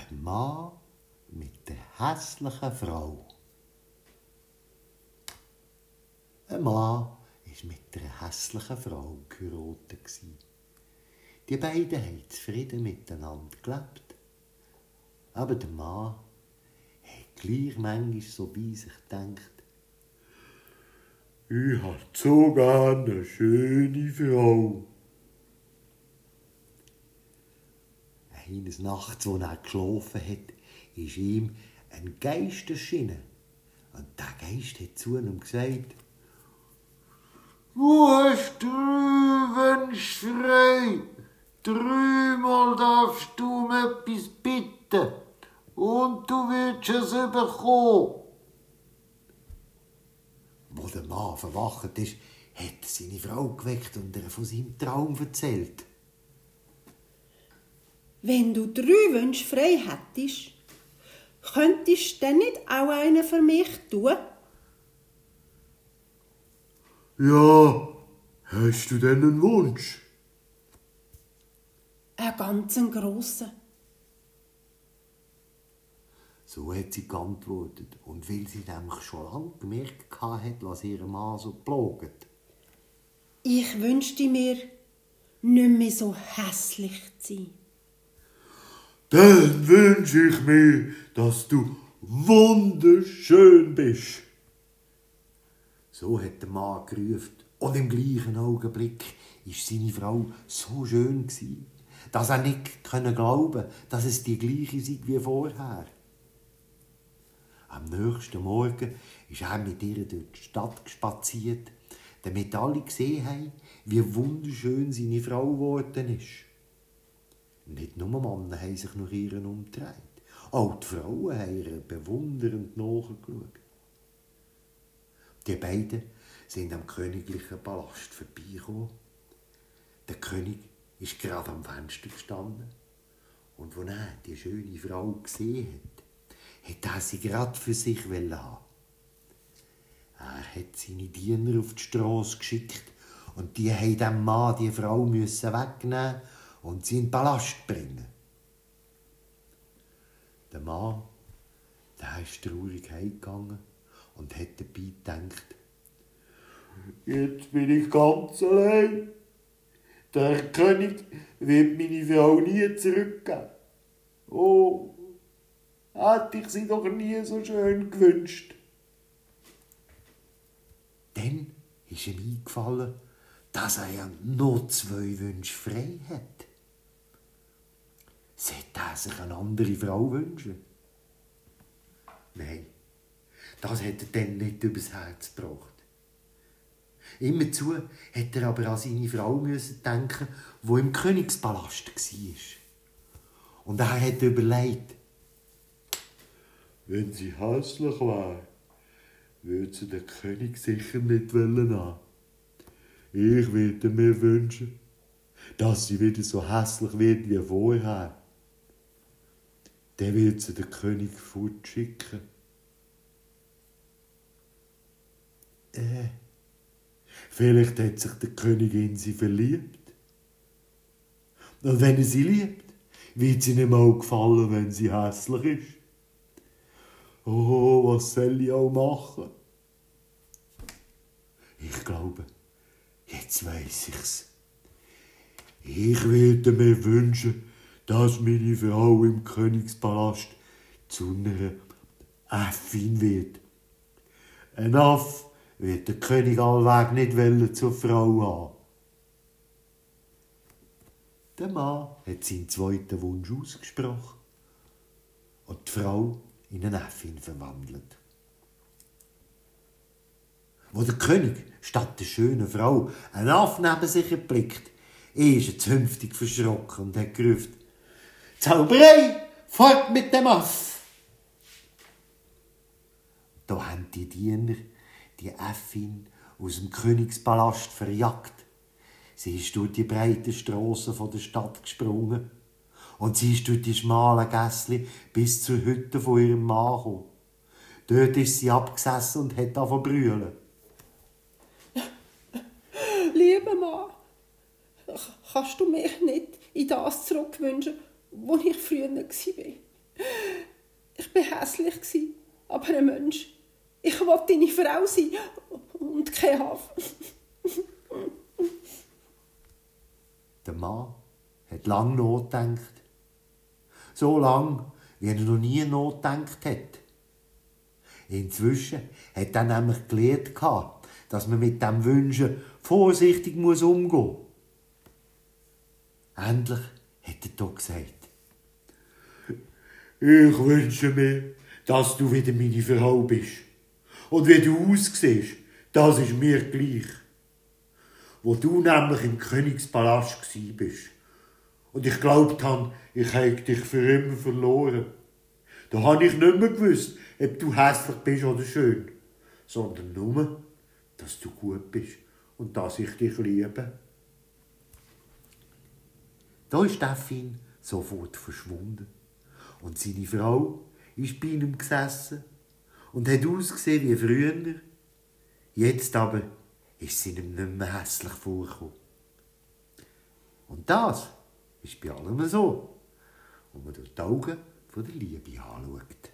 Ein Mann mit der hässlichen Frau. Ein Mann war mit einer hässlichen Frau geheiratet. Die beiden haben zufrieden miteinander gelebt. Aber der Mann hat gleich manchmal so bei sich gedacht, ich habe so gerne eine schöne Frau. Eines Nachts, als er geschlafen hat, ist ihm ein Geist erschienen. Und der Geist hat zu ihm gesagt, du hast 3 Wünsche frei. 3-mal darfst du um etwas bitten. Und du wirst es bekommen. Als der Mann verwacht ist, hat er seine Frau geweckt und ihr von seinem Traum erzählt. Wenn du 3 Wünsche frei hättest, könntest du dann nicht auch einen für mich tun? Ja, hast du denn einen Wunsch? Einen ganz grossen. So hat sie geantwortet. Und weil sie nämlich schon lange gemerkt hat, was ihren Mann so plagt. Ich wünschte mir, nicht mehr so hässlich zu sein. Dann wünsche ich mir, dass du wunderschön bist. So hat der Mann gerufen. Und im gleichen Augenblick war seine Frau so schön, dass er nicht glauben konnte, dass es die gleiche sei wie vorher. Am nächsten Morgen ist er mit ihr durch die Stadt spaziert, damit alle gesehen haben, wie wunderschön seine Frau geworden ist. Nicht nur Männer haben sich nach ihr umgedreht. Auch die Frauen haben ihr bewundernd nachgeschaut. Die beiden sind am königlichen Palast vorbeigekommen. Der König ist gerade am Fenster gestanden. Und als er die schöne Frau gesehen hat er sie gerade für sich haben. Er hat seine Diener auf die Strasse geschickt und die haben dem Mann die Frau wegnehmen und sie in den Palast bringen. Der Mann, der ist traurig heimgegangen und hat dabei gedacht, jetzt bin ich ganz allein. Der König wird meine Frau nie zurückgeben. Oh, hätte ich sie doch nie so schön gewünscht. Dann ist ihm eingefallen, dass er ja noch 2 Wünsche frei hat. Sollte er sich eine andere Frau wünschen? Nein, das hat er dann nicht übers Herz gebracht. Immerzu hat er aber an seine Frau denken, die im Königspalast war. Und er hat überlegt, wenn sie hässlich wäre, würde sie den König sicher nicht haben. Ich würde mir wünschen, dass sie wieder so hässlich wird wie vorher. Dann wird sie den König fortschicken. Vielleicht hat sich der König in sie verliebt. Und wenn er sie liebt, wird sie ihm auch gefallen, wenn sie hässlich ist. Oh, was soll ich auch machen? Ich glaube, jetzt weiss ich's. Ich würde mir wünschen, dass meine Frau im Königspalast zu einer Äffin wird. Ein Aff wird der König allweg nicht zur Frau haben. Der Mann hat seinen 2. Wunsch ausgesprochen und die Frau in eine Äffin verwandelt. Wo der König statt der schönen Frau einen Aff neben sich erblickt, ist er zünftig verschrocken und hat gerufen, Zauberei, fort mit dem Aff! Da haben die Diener die Äffin aus dem Königspalast verjagt. Sie ist durch die breiten Strassen der Stadt gesprungen und sie ist durch die schmalen Gässchen bis zur Hütte von ihrem Mann gekommen. Dort ist sie abgesessen und hat angefangen zu brüllen. Lieber Mann, kannst du mich nicht in das zurückwünschen, wo ich früher war? Ich war hässlich, aber ein Mensch. Ich wollte deine Frau sein und kein Haf. Der Mann hat lange nachgedacht. So lang, wie er noch nie nachgedacht hat. Inzwischen hat er nämlich gelernt, dass man mit dem Wünschen vorsichtig umgehen muss. Endlich hat er doch gesagt: Ich wünsche mir, dass du wieder meine Frau bist. Und wie du aussiehst, das ist mir gleich. Wo du nämlich im Königspalast bist und ich glaubt habe, ich hätte dich für immer verloren. Da habe ich nicht mehr gewusst, ob du hässlich bist oder schön, sondern nur, dass du gut bist und dass ich dich liebe. Da ist Steffin sofort verschwunden und seine Frau ist bei ihm gesessen und hat ausgesehen wie früher. Jetzt aber ist sie ihm nicht mehr hässlich vorgekommen. Und das ist bei allem so, wenn man durch die Augen von der Liebe anschaut.